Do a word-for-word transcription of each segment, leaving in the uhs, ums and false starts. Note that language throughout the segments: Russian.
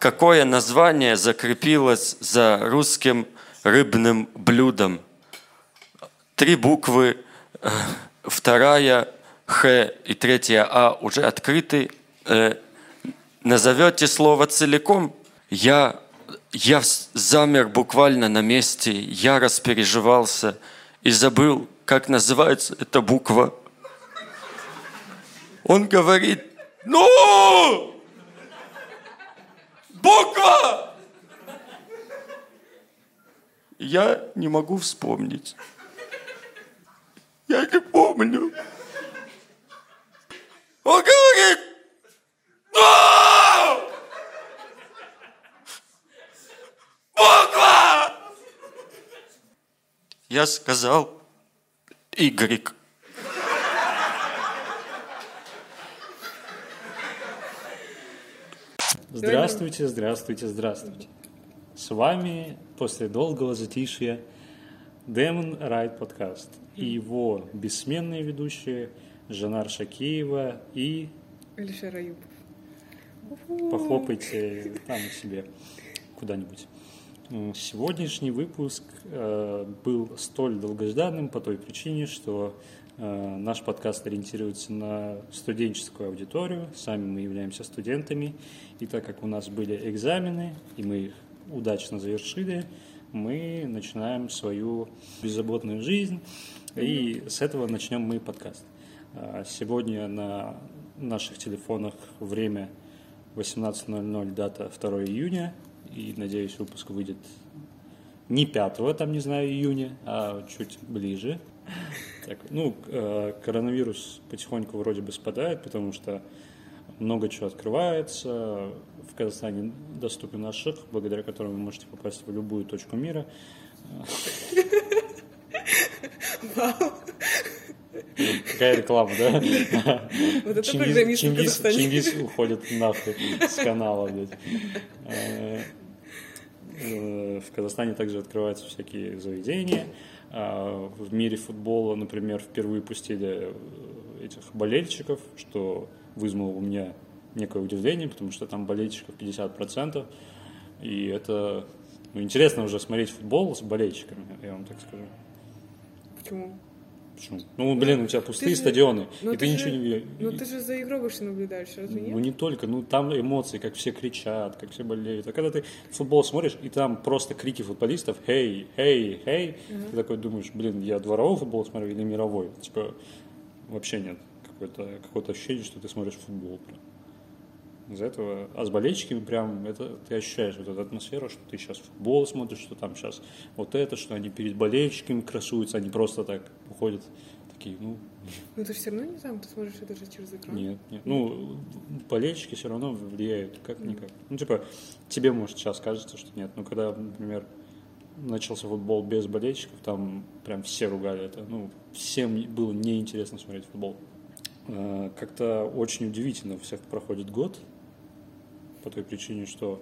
какое название закрепилось за русским рыбным блюдом? Три буквы, вторая Х и третья А уже открыты. Назовете слово целиком? Я, я замер буквально на месте, я распереживался и забыл, как называется эта буква. Он говорит: ну! Буква! Я не могу вспомнить. Я не помню. Он говорит: ну! Буква! Я сказал: Y. Здравствуйте, здравствуйте, здравствуйте. С вами после долгого затишья Demon Ride Podcast и его бессменные ведущие Жанар Шакиева и Алишер Аюпов. Похлопайте там у себя куда-нибудь. Сегодняшний выпуск э, был столь долгожданным по той причине, что э, наш подкаст ориентируется на студенческую аудиторию. Сами мы являемся студентами. И так как у нас были экзамены, и мы их удачно завершили, мы начинаем свою беззаботную жизнь. И с этого начнем мы подкаст. Сегодня на наших телефонах время восемнадцать ноль ноль, дата второго июня. И, надеюсь, выпуск выйдет не пятого, там, не знаю, июня, а чуть ближе. Так, ну, коронавирус потихоньку вроде бы спадает, потому что много чего открывается. В Казахстане доступен наш ШИХ, благодаря которому вы можете попасть в любую точку мира. Вау! Какая реклама, да? Вот это Чингис, программист в Чингис, Казахстане. Чингис уходит нахуй с канала, блядь. В Казахстане также открываются всякие заведения. В мире футбола, например, впервые пустили этих болельщиков, что вызвало у меня некое удивление, потому что там болельщиков пятьдесят процентов. И это ну, интересно уже смотреть футбол с болельщиками, я вам так скажу. Почему? Почему? Ну, блин, у тебя пустые же, стадионы, ну, и ты, ты ничего же, не видишь. Ну, ты же за игрой больше наблюдаешь, разве нет? Ну, не только, ну, там эмоции, как все кричат, как все болеют. А когда ты футбол смотришь, и там просто крики футболистов, «Хей, хей, хей», uh-huh. Ты такой думаешь, блин, я дворовой футбол смотрю или мировой? Типа, вообще нет какое-то, какое-то ощущение, что ты смотришь футбол. Из-за этого, а с болельщиками прям, это, ты ощущаешь вот эту атмосферу, что ты сейчас футбол смотришь, что там сейчас вот это, что они перед болельщиками красуются, они просто так уходят. Такие, ну... Но ты же все равно не знаю, ты смотришь это же через экран. Нет, нет. Ну, болельщики все равно влияют, как-никак. Mm-hmm. Ну, типа, тебе, может, сейчас кажется, что нет. Но когда, например, начался футбол без болельщиков, там прям все ругали это. Ну, всем было неинтересно смотреть футбол. Как-то очень удивительно у всех проходит год, по той причине, что...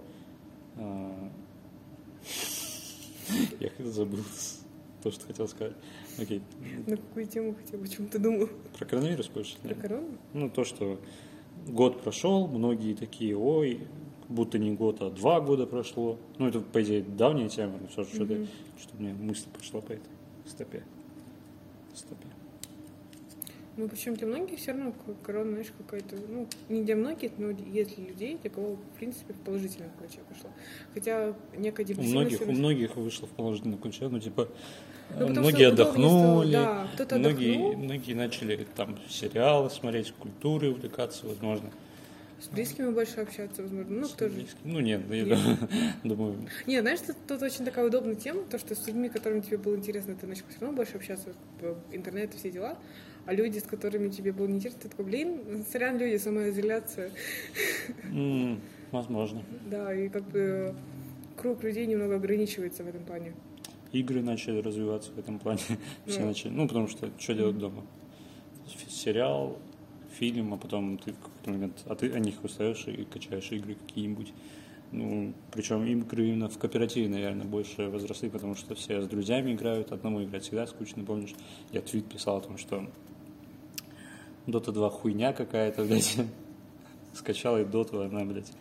Я забыл то, что хотел сказать. Окей. На какую тему хотел? О чем ты думал? Про коронавирус больше. Про корону? Ну, то, что год прошел, многие такие, ой, будто не год, а два года прошло. Ну, это, по идее, давняя тема, но все же mm-hmm. что-то, что мне мысль пошла по этой стопе. Стопе. Ну, причем для многих все равно корона, знаешь, какая-то, ну, не для многих, но есть людей, для кого, в принципе, в положительном ключе пошла. Хотя некая депрессивность... У многих, у многих вышло в положительном ключе, ну, типа, ну, многие отдохнули, да, кто-то многие, отдохнул. многие начали там сериалы смотреть, культурой увлекаться, возможно. С близкими больше общаться, возможно. Ну, кто же... Ну, нет, я думаю... Не, знаешь, тут, тут очень такая удобная тема, то, что с людьми, которыми тебе было интересно, ты начал все равно больше общаться в интернете, все дела, а люди, с которыми тебе было неинтересно, ты такой, блин, сорян, люди, самоизоляция. Mm, возможно. Да, и как бы круг людей немного ограничивается в этом плане. Игры начали развиваться в этом плане. Все yeah. начали, ну, потому что что делать дома? Сериал, фильм, а потом ты в какой-то момент а ты о них устаешь и качаешь игры какие-нибудь. Ну, причем игры именно в кооперативе, наверное, больше возросли, потому что все с друзьями играют, одному играть всегда скучно, помнишь? Я твит писал о том, что Дота два хуйня какая-то, блядь. Скачал и Доту, она, блядь,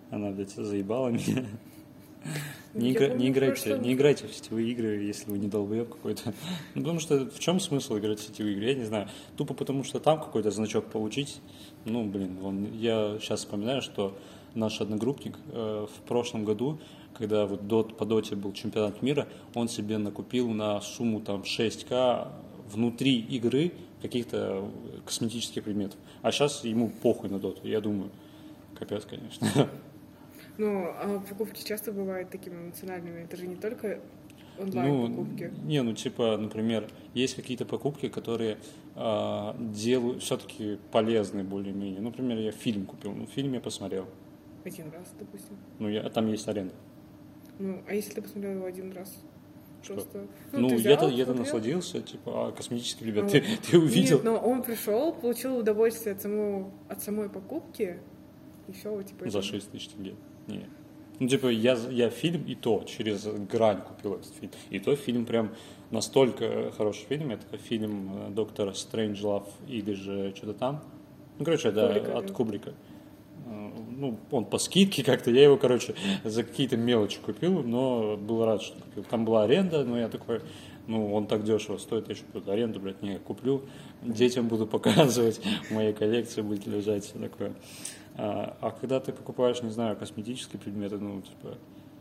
Она, блядь, заебала меня. Не, Я игра, помню, не, в играйте, прошлом- не играйте в сетевые игры, если вы не долбоеб какой-то. Ну, потому что в чем смысл играть в сетевые игры? Я не знаю. Тупо потому, что там какой-то значок получить. Ну, блин, вон, я сейчас вспоминаю, что наш одногруппник э, в прошлом году, когда вот дот, по доте был чемпионат мира, он себе накупил на сумму там шесть тысяч внутри игры каких-то косметических предметов. А сейчас ему похуй на доту. Я думаю, капец, конечно. Ну, а покупки часто бывают такими эмоциональными. Это же не только Ну, онлайн-покупки. не, ну типа, например, есть какие-то покупки, которые э, делают все-таки полезные более-менее. Например, я фильм купил, ну фильм я посмотрел, Один раз, допустим. ну я, там есть аренда. Ну, а если ты посмотрел его один раз? Что? Просто... Ну, ты я-то, взял, я-то посмотрел. насладился, типа, а косметический ребят, Ну, ты, ты увидел? Нет, но он пришел, получил удовольствие от, самого, от самой покупки, и все, типа... За это- шесть тысяч тенге. Не. Ну, типа, я, я фильм и то через грань купил этот фильм. И то фильм прям настолько хороший фильм. Это фильм э, «Доктор Стрэнджлав» или же что-то там. Ну, короче, да, Кубрика, от да. Кубрика. Э, Ну, он по скидке как-то, я его, короче, за какие-то мелочи купил, но был рад, что купил. Там была аренда, но я такой, ну, он так дешево стоит, я еще буду аренду, блядь, не куплю. Детям буду показывать, в моей коллекции будет лежать, все такое. А, а когда ты покупаешь, не знаю, косметические предметы, ну, типа...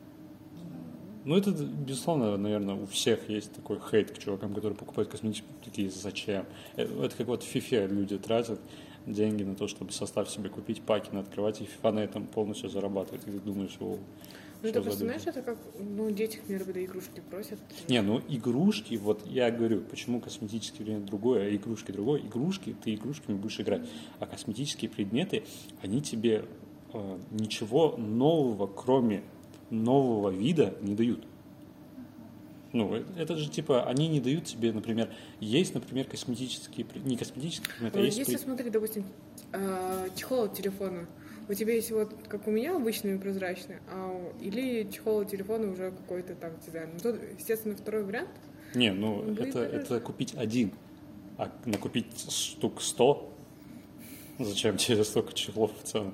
Ну, это, безусловно, наверное, у всех есть такой хейт к чувакам, которые покупают косметические, такие, зачем? Это, это как вот в фифе люди тратят деньги на то, чтобы состав себе купить, паки открывать, и фифа на этом полностью зарабатывает. И ты думаешь, о, Ну, что это за просто, люди? знаешь, это как, ну, дети, к примеру, когда игрушки просят. Не, ну игрушки, вот я говорю, почему косметические предметы другое, а игрушки другое. Игрушки, ты игрушками будешь играть, а косметические предметы, они тебе э, ничего нового, кроме нового вида, не дают. Ну, э- это же типа, они не дают тебе, например, есть, например, косметические, пред- не косметические предметы, а Ну, есть... если пред- смотри, допустим, э, чехол от телефона, у тебя есть вот, как у меня, обычный прозрачный, а у- или чехол от телефона уже какой-то там дизайн. Ну, тут, естественно, второй вариант. Не, ну, Будет это, дороже. это купить один, а накупить штук сто, зачем тебе столько чехлов в целом?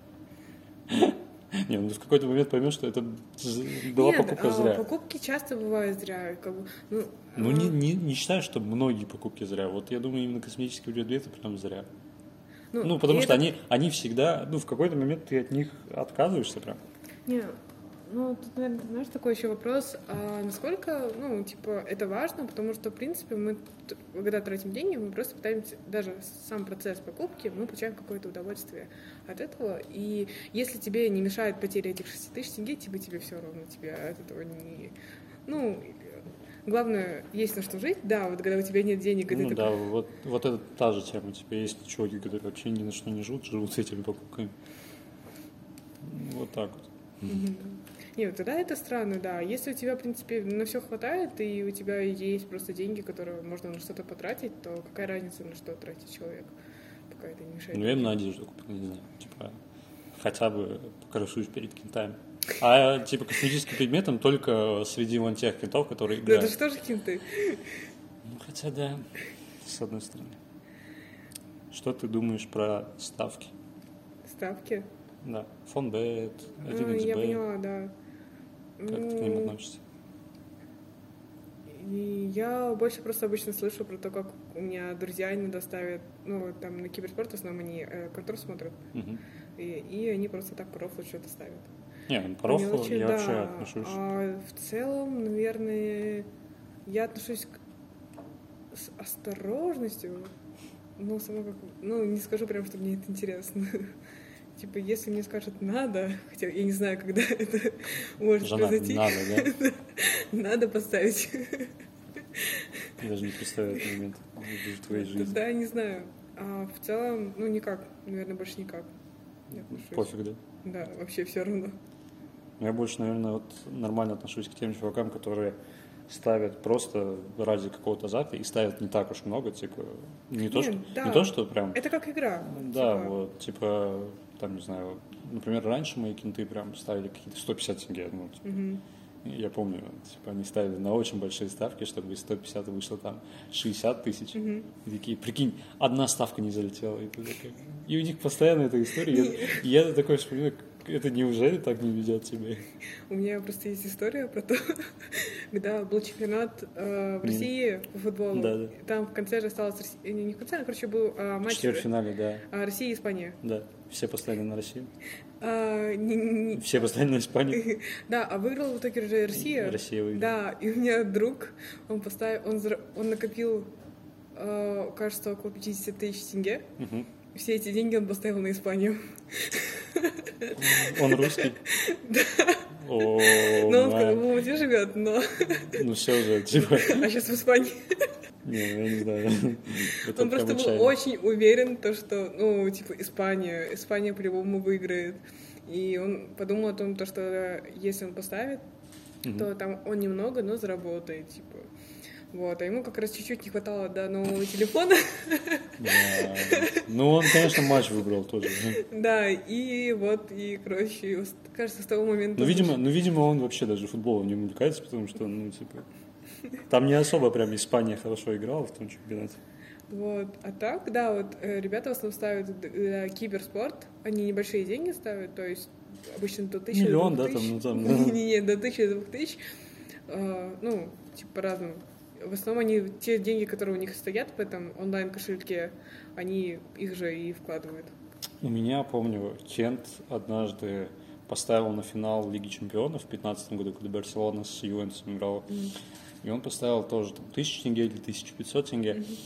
Не, ну ты в какой-то момент поймешь, что это з- была Нет, покупка а, зря. покупки часто бывают зря. Как бы, ну, Ну, а, не, не, не считаю, что многие покупки зря. Вот я думаю, именно косметические предметы прям зря. Ну, потому и что это- они, они всегда, ну, в какой-то момент ты от них отказываешься прям. Не, ну, тут, наверное, знаешь, такой еще вопрос, а насколько, ну, типа, это важно, потому что, в принципе, мы, т- когда тратим деньги, мы просто пытаемся, даже сам процесс покупки, мы получаем какое-то удовольствие от этого, и если тебе не мешает потеря этих шести тысяч тенге, типа, тебе все равно, тебе от этого не... Ну, главное, есть на что жить, да, вот когда у тебя нет денег, и ты Ну такой, да, вот, вот это та же тема. Типа есть чуваки, которые вообще ни на что не живут, живут с этими покупками. Вот так вот. Нет, тогда это странно, да. Если у тебя, в принципе, на все хватает, и у тебя есть просто деньги, которые можно на что-то потратить, то какая разница, на что тратит человек, пока это не мешает. Ну, я именно одежду купил, не знаю, типа, хотя бы покрашусь перед кентами. А, типа, косметическим предметом только среди вон тех кентов, которые Ну, играют. это что же кенты? Ну, хотя да, с одной стороны. Что ты думаешь про ставки? Ставки? Да, фонбет, А, один икс я бет, поняла, да. как ты к ним относишься? И я больше просто обычно слышу про то, как у меня друзья иногда ставят, ну, вот там на киберспорт в основном они э, контур смотрят, Мгм. и, и они просто так по рофлу что-то ставят. Не, ну, По по рофлу мелочи, я да. вообще отношусь. А в целом, наверное, я отношусь к... с осторожностью. Ну, сама как... Ну, не скажу прям, что мне это интересно. Типа, если мне скажут «надо», хотя я не знаю, когда это может Жена, произойти. надо, да? Надо поставить. Я даже не представляю этот момент в твоей жизни. Да, не знаю. А в целом, ну, никак. Наверное, больше никак. Я отношусь. Пофиг, да? Да, вообще все равно. Я больше, наверное, вот нормально отношусь к тем чувакам, которые ставят просто ради какого-то азарта и ставят не так уж много, типа, не то, Нет, что, да. не то, что прям, Это как игра. да, Типа, вот, типа, там, не знаю, например, раньше мои кенты прям ставили какие-то сто пятьдесят тенге, ну, типа, мгм. я помню, типа, они ставили на очень большие ставки, чтобы из сто пятьдесят вышло там шестьдесят тысяч, Мгм. и такие, прикинь, одна ставка не залетела, и, ты такой- и у них постоянно эта история, и я, и я такой вспоминаю, это неужели так не ведет тебя? У меня просто есть история про то, когда был чемпионат э, в России по футболу. Да, да. Там в конце же осталось... Россия- Не, не в конце, а, короче, был э, В матч четвертьфинале, да. э, Россия и Испания. Да. Все поставили на Россию. А, не- не- Все поставили на Испанию. Да, а выиграла в итоге же Россия. Россия выиграла. Да, и у меня друг, он поставил, он, зара- он накопил, э, кажется, около пятьдесят тысяч тенге. Мгм. Все эти деньги он поставил на Испанию. Он русский? Да. О, Но он в ма. Алмате живет, но... Ну все же, типа, А сейчас в Испании. не, ну, я не знаю. Это Он просто прям был отчаянно. очень уверен, то, что, ну, типа, Испания, Испания по-любому выиграет. И он подумал о том, то, что если он поставит, то там он немного, но заработает, типа. Вот, а ему как раз чуть-чуть не хватало до нового телефона. Да. Ну, он, конечно, матч выбрал тоже. Да, и вот, и, короче, кажется, с того момента... Ну, видимо, ну, видимо, он вообще даже футболом не увлекается, потому что, ну, типа, там не особо прям Испания хорошо играла в том чемпионате. Вот, а так, да, вот э, ребята в основном ставят э, киберспорт, они небольшие деньги ставят, то есть обычно до тысячи, Миллион, до да, двух там, тысяч. ну, там, да. Не-не-не, до тысячи, до двух тысяч, Э, ну, типа по-разному. В основном они, те деньги, которые у них стоят в этом онлайн-кошельке, они их же и вкладывают. У меня, помню, Кент однажды поставил на финал Лиги Чемпионов в две тысячи пятнадцатом году, когда Барселона с Ювентусом играла. Mm. И он поставил тоже там, тысячу тенге или тысячу пятьсот тенге. Mm-hmm.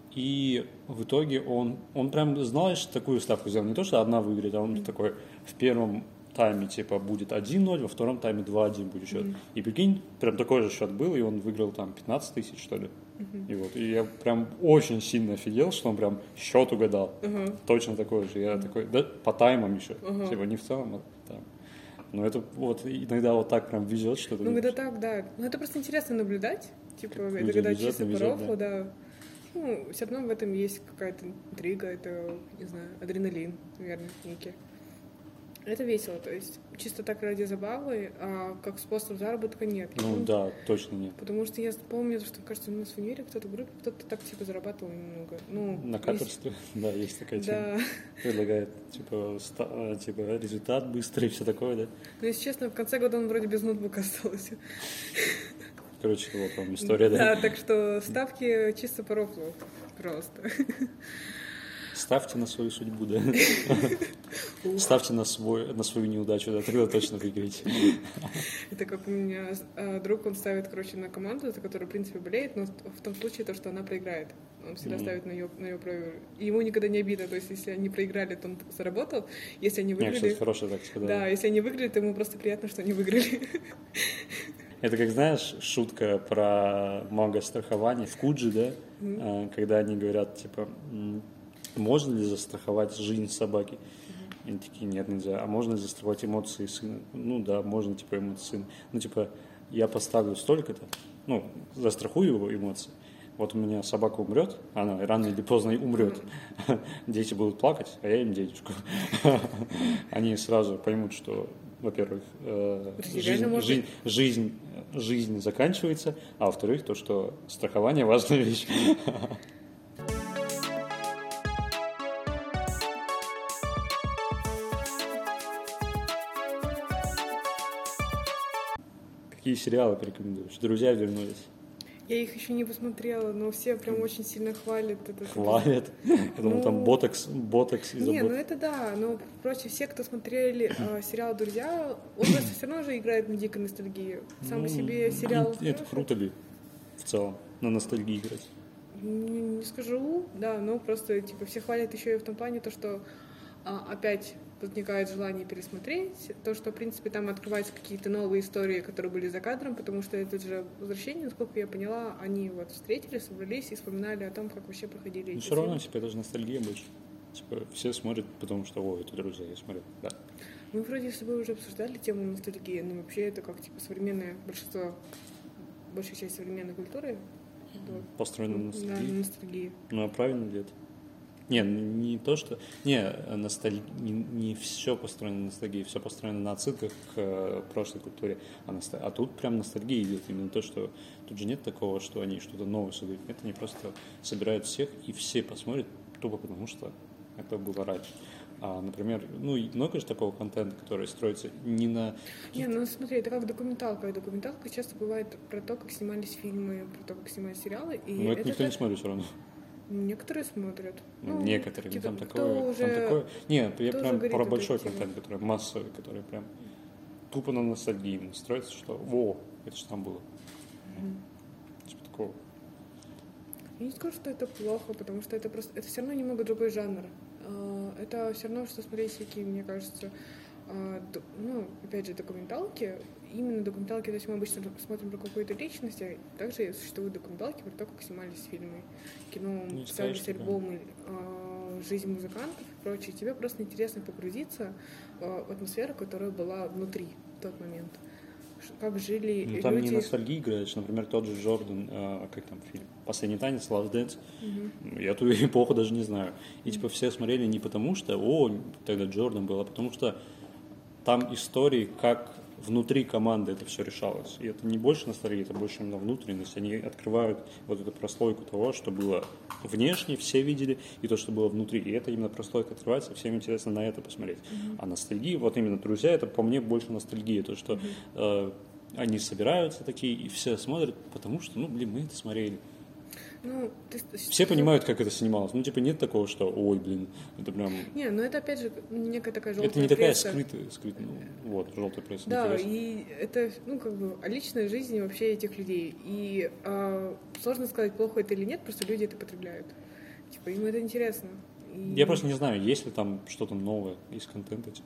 И в итоге он, он прям, знаешь, такую ставку сделал. Не то, что одна выиграет, а он mm-hmm. такой в первом тайме типа будет один ноль, во втором тайме два-один будет счет. Mm-hmm. И прикинь, прям такой же счет был, и он выиграл там пятнадцать тысяч, что ли. Uh-huh. И вот, и я прям очень сильно офигел, что он прям счет угадал. Uh-huh. Точно такой же. Я uh-huh. такой, да, по таймам еще. Uh-huh. Типа не в целом, а по таймам. Но это вот иногда вот так прям везет, что то. Ну, когда так, да. Ну, это просто интересно наблюдать. Типа, как это когда везет, чисто по везет, рофлу, да. да. Ну, все равно в этом есть какая-то интрига, это, не знаю, адреналин, наверное, некий. Это весело, то есть чисто так ради забавы, а как способ заработка нет. Ну, ну да, точно нет. Потому что я помню, что, кажется, у нас в универе кто-то в группе, кто-то так типа зарабатывал немного. Ну, на каперстве, есть... да, есть такая тема. Да. Предлагает, типа, ста- типа, результат быстрый и все такое, да? Ну, если честно, в конце года он вроде без ноутбука остался. Короче, вот вам история, да? Да, так что ставки чисто по рофлу, просто. Ставьте на свою судьбу, да. Ставьте на, свой, на свою неудачу, да, тогда точно выиграете. Это как у меня а, друг, он ставит, короче, на команду, за которую, в принципе, болеет, но в том случае, то, что она проиграет. Он всегда mm-hmm. ставит на ее, на ее проигрыш. И ему никогда не обидно, то есть если они проиграли, то он заработал, если они выиграли... Нет, кстати, хорошая тактика, да. Да, если они выиграли, то ему просто приятно, что они выиграли. Это как, знаешь, шутка про много-страхование в Куджи, да, mm-hmm. когда они говорят, типа, можно ли застраховать жизнь собаки? Mm-hmm. Они такие, нет, нельзя. А можно ли застраховать эмоции сына? Ну да, можно, типа, эмоции сына. Ну, типа, я поставлю столько-то, ну, застрахую его эмоции. Вот у меня собака умрет, она рано или поздно умрет. Mm-hmm. Дети будут плакать, а я им денежку. Они сразу поймут, что, во-первых, жизнь, жизнь, жизнь, жизнь заканчивается, а во-вторых, то, что страхование важная вещь. Какие сериалы порекомендуешь? «Друзья» вернулись. Я их еще не посмотрела, но все прям очень сильно хвалят этот. Хвалят? Я думал, ну... там ботокс, ботокс из-за Не, бот... ну это да, но прочее, все, кто смотрели э, сериал «Друзья», он просто все равно же играет на дикой ностальгии. Сам ну, по себе сериал... И, это круто ли в целом, на ностальгии играть? Не, не скажу, да, но просто типа все хвалят еще и в том плане, то, что а, опять возникает желание пересмотреть, то, что, в принципе, там открываются какие-то новые истории, которые были за кадром, потому что это же возвращение, насколько я поняла, они вот встретились, собрались и вспоминали о том, как вообще проходили. Ну, эти все равно, съемки. типа, это же ностальгия больше. Типа, все смотрят, потому что, о, это друзья, я смотрю, да. Мы вроде с тобой уже обсуждали тему ностальгии, но вообще это как, типа, современное большинство, большая часть современной культуры. Построено на ностальгии? Да, на ностальгии. Ну, а правильно ли это? Не, не то, что... Не, носталь... не, не все построено на ностальгии, все построено на отсылках к э, прошлой культуре. А, носталь... а тут прям ностальгия идет. Именно то, что... Тут же нет такого, что они что-то новое создают. Нет, они просто собирают всех, и все посмотрят тупо потому, что это было раньше. А, например, ну, и много же такого контента, который строится не на... Не, ну смотри, это как документалка. И документалка часто бывает про то, как снимались фильмы, про то, как снимались сериалы. И Но это, это никто так... не смотрит все равно. Некоторые смотрят. Ну, некоторые. Типа, там, кто такое, уже, там такое... Не, я прям про большой тему. контент, который массовый, который прям тупо на ностальгии строится, что во, это же там было. Mm-hmm. Типа такого. Я не скажу, что это плохо, потому что это просто... Это все равно немного другой жанр. Это все равно, что смотреть всякие, мне кажется, ну, опять же, документалки. Именно документалки, то есть мы обычно смотрим про какую-то личность, а также существуют документалки про то, как снимались фильмы, кино, ставились альбомы, жизнь музыкантов и прочее. Тебе просто интересно погрузиться в атмосферу, которая была внутри в тот момент. Как жили ну, люди. Там не ностальгия играешь, например, тот же Джордан, э, как там фильм, «Последний танец», «Last Dance». Угу. Я ту эпоху даже не знаю. И угу. типа все смотрели не потому, что «О, тогда Джордан был», а потому что там истории, как внутри команды это все решалось. И это не больше ностальгия, это больше именно внутренность. Они открывают вот эту прослойку того, что было внешне, все видели, и то, что было внутри. И это именно прослойка открывается, всем интересно на это посмотреть. Mm-hmm. А ностальгия, вот именно «Друзья», это по мне больше ностальгия. То, что mm-hmm. э, они собираются такие, и все смотрят, потому что, ну, блин, мы это смотрели. Ну, ты... Все понимают, как это снималось. Ну, типа, нет такого, что, ой, блин, это прям... Не, ну это, опять же, некая такая желтая пресса. Это не пресса. такая скрытая, скрытая, ну, вот, желтая пресса. Да, и это, ну, как бы, о личной жизни вообще этих людей. И э, сложно сказать, плохо это или нет, просто люди это потребляют. Типа, им это интересно. И... Я просто не знаю, есть ли там что-то новое из контента, типа.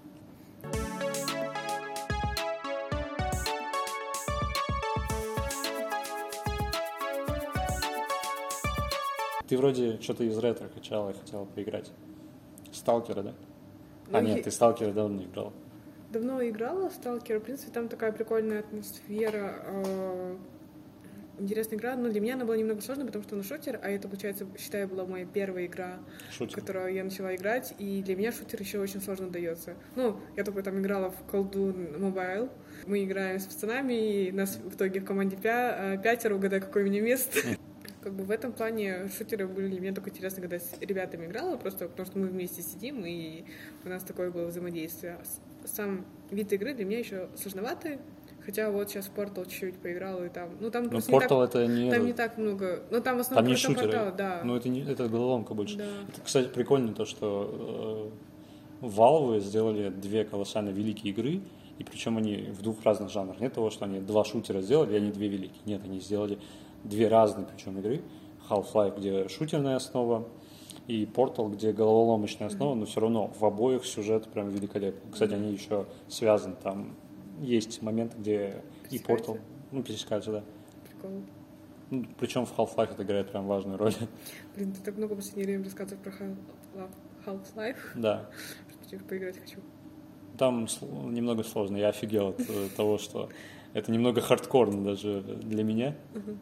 Ты вроде что-то из ретро качала и хотела поиграть. Сталкера, да? Ну, а нет, я... ты Сталкера давно не играла. Давно играла в Сталкера. В принципе, там такая прикольная атмосфера. Э... Интересная игра. Но для меня она была немного сложной, потому что она шутер, а это, получается, считаю, была моя первая игра, шутер. В которую я начала играть. И для меня шутер еще очень сложно дается. Ну, я только там играла в Колдун Mobile. Мы играем с пацанами, и нас в итоге в команде пя... пятеро, угадай, какое у меня место. Как бы в этом плане шутеры были для меня только интересно, когда с ребятами играла, просто потому что мы вместе сидим, и у нас такое было взаимодействие. Сам вид игры для меня еще сложноватый, хотя вот сейчас в Portal чуть-чуть поиграла, и там... Ну, там просто Portal не так, это не... Там не так много... Ну, там в основном там не шутеры, Portal, да. Ну, это, не, это головоломка больше. Да. Это, кстати, прикольно то, что э, Valve сделали две колоссально великие игры, и причем они в двух разных жанрах. Нет того, что они два шутера сделали, и они две великие. Нет, они сделали две разные, причем, игры. Half-Life, где шутерная основа, и Portal, где головоломочная основа, mm-hmm. но все равно в обоих сюжет прям великолепный. Кстати, mm-hmm. они еще связаны. Там есть момент, где и Portal, ну, пересекаются, да. Прикол. Ну, причем в Half-Life это играет прям важную роль. Блин, ты так много в последнее время рассказываешь про Half-Life. Да. Что поиграть хочу. Там немного сложно. Я офигел от того, что это немного хардкорно даже для меня. Uh-huh.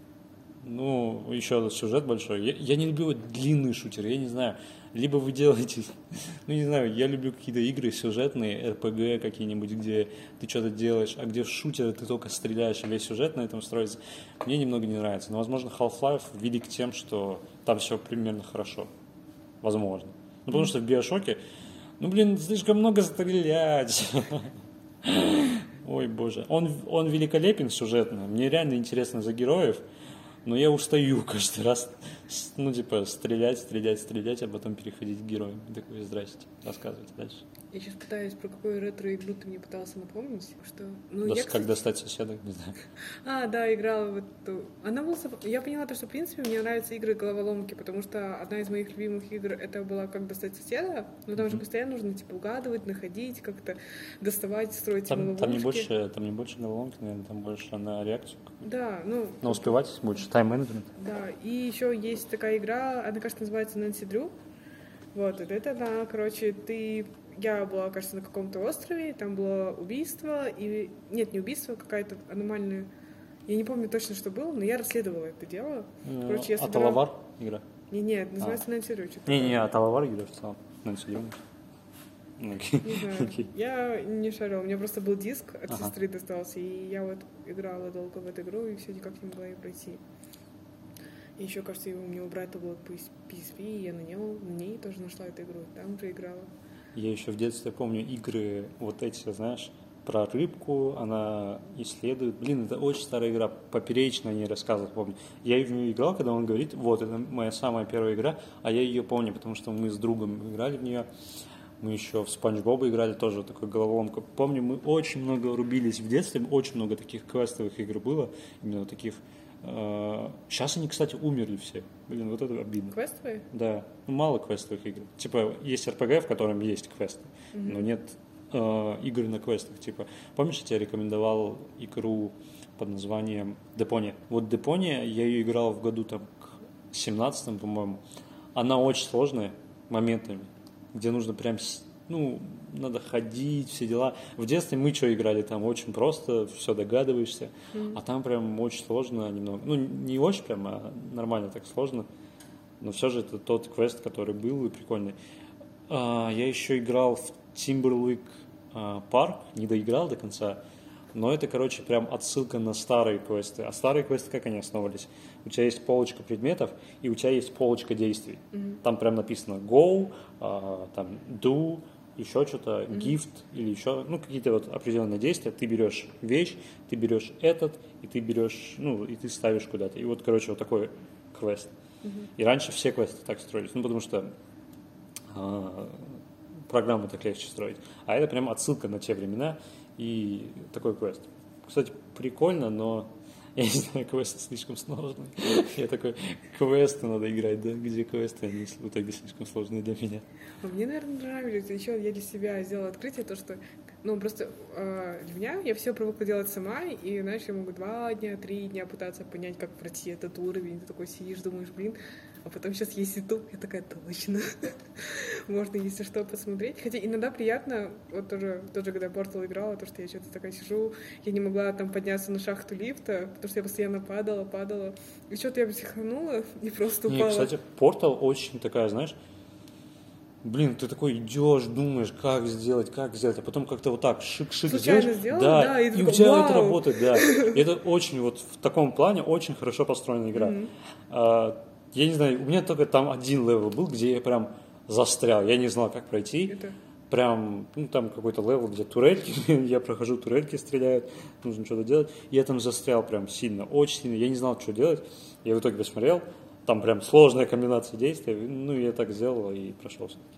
Ну, еще сюжет большой. Я, я не люблю длинные шутеры, я не знаю. Либо вы делаете, ну не знаю, я люблю какие-то игры сюжетные, эр пи джи какие-нибудь, где ты что-то делаешь, а где в шутеры ты только стреляешь, и весь сюжет на этом строится. Мне немного не нравится. Но, возможно, Half-Life велик тем, что там все примерно хорошо. Возможно. Ну, потому что в Биошоке, ну, блин, слишком много стрелять. Ой, боже. Он, он великолепен сюжетно. Мне реально интересно за героев. Но я устаю каждый раз, ну, типа, стрелять, стрелять, стрелять, а потом переходить к героям. И такой, здрасте, рассказывайте дальше. Я сейчас пытаюсь, про какую ретро-игру ты мне пытался напомнить, что... Ну, До, я, как кстати... достать соседа, не знаю. А, да, играла в эту... Она была... Я поняла то, что, в принципе, мне нравятся игры головоломки, потому что одна из моих любимых игр, это была «Как достать соседа», но там mm-hmm. же постоянно нужно, типа, угадывать, находить, как-то доставать, строить там, ловушки. Там не больше, там не больше головоломки, наверное, там больше на реакцию. Да, ну... На успевать больше, тайм-менеджмент. Да, и еще есть такая игра, она, кажется, называется Nancy Drew. Вот, это она, короче, ты... Я была, кажется, на каком-то острове, там было убийство, и... Нет, не убийство, какая-то аномальная... Я не помню точно, что было, но я расследовала это дело. Короче, я собирала... Аталавар игра? Не, нет, называется а. Nancy Drew. Не-не, Аталавар игра в целом. Nancy Drew. Не знаю, я не шарила, у меня просто был диск от ага. сестры достался, и я вот играла долго в эту игру, и все никак не могла ее пройти. И еще, кажется, у меня у брата был пи эс пи, и я на, него, на ней тоже нашла эту игру, там же играла. Я еще в детстве помню игры вот эти, знаешь, про рыбку, она исследует. Блин, это очень старая игра, поперечно о ней рассказывать помню. Я в нее играл, когда он говорит, вот, это моя самая первая игра, а я ее помню, потому что мы с другом играли в нее. Мы еще в Спанч Боба играли, тоже такой головоломку. Помню, мы очень много рубились в детстве, очень много таких квестовых игр было, именно таких. Сейчас они, кстати, умерли все. Блин, вот это обидно. Квестовые? Да, ну, мало квестовых игр. Типа, есть эр пи джи, в котором есть квесты, mm-hmm. но нет э, игр на квестах. Типа, помнишь, я тебе рекомендовал игру под названием Депония? Вот Депония, я ее играл в году там к семнадцатому, по-моему. Она очень сложная моментами, где нужно прям, ну, надо ходить, все дела. В детстве мы что играли там? Очень просто, все догадываешься. Mm. А там прям очень сложно немного. Ну, не очень прям, а нормально так сложно. Но все же это тот квест, который был и прикольный. А, я еще играл в Timberlake Park, не доиграл до конца. Но это, короче, прям отсылка на старые квесты. А старые квесты, как они основывались? У тебя есть полочка предметов, и у тебя есть полочка действий. Mm-hmm. Там прям написано go, а, там do, еще что-то, mm-hmm. gift или еще, ну, какие-то вот определенные действия. Ты берешь вещь, ты берешь этот, и ты берешь, ну, и ты ставишь куда-то. И вот, короче, вот такой квест. Mm-hmm. И раньше все квесты так строились, ну, потому что а, программу так легче строить. А это прям отсылка на те времена и такой квест. Кстати, прикольно, но я не знаю, квесты слишком сложные. Я такой, квесты надо играть, да? Где квесты, они в итоге слишком сложные для меня. А мне, наверное, нравились. Еще я для себя сделала открытие, то, что, ну, просто э, для меня я все привыкла делать сама, и, знаешь, я могу два дня, три дня пытаться понять, как пройти этот уровень. Ты такой сидишь, думаешь, блин, а потом сейчас есть YouTube, я такая, точно. Можно, если что, посмотреть. Хотя иногда приятно, вот тоже, тоже когда Portal играла, то, что я что-то такая сижу, я не могла там подняться на шахту лифта, потому что я постоянно падала, падала. И что-то я психанула и просто упала. Не, кстати, Portal очень такая, знаешь, блин, ты такой идешь, думаешь, как сделать, как сделать, а потом как-то вот так шик-шик случайно сделал, да, да, и, и такой, у тебя вау! это работает, да. И это очень вот в таком плане очень хорошо построенная игра. Mm-hmm. А, я не знаю, у меня только там один левел был, где я прям застрял, я не знал, как пройти. Это... Прям, ну, там какой-то левел, где турельки, я прохожу, турельки стреляют, нужно что-то делать. Я там застрял прям сильно, очень сильно, я не знал, что делать. Я в итоге посмотрел, там прям сложная комбинация действий, ну, я так сделал и прошел все-таки.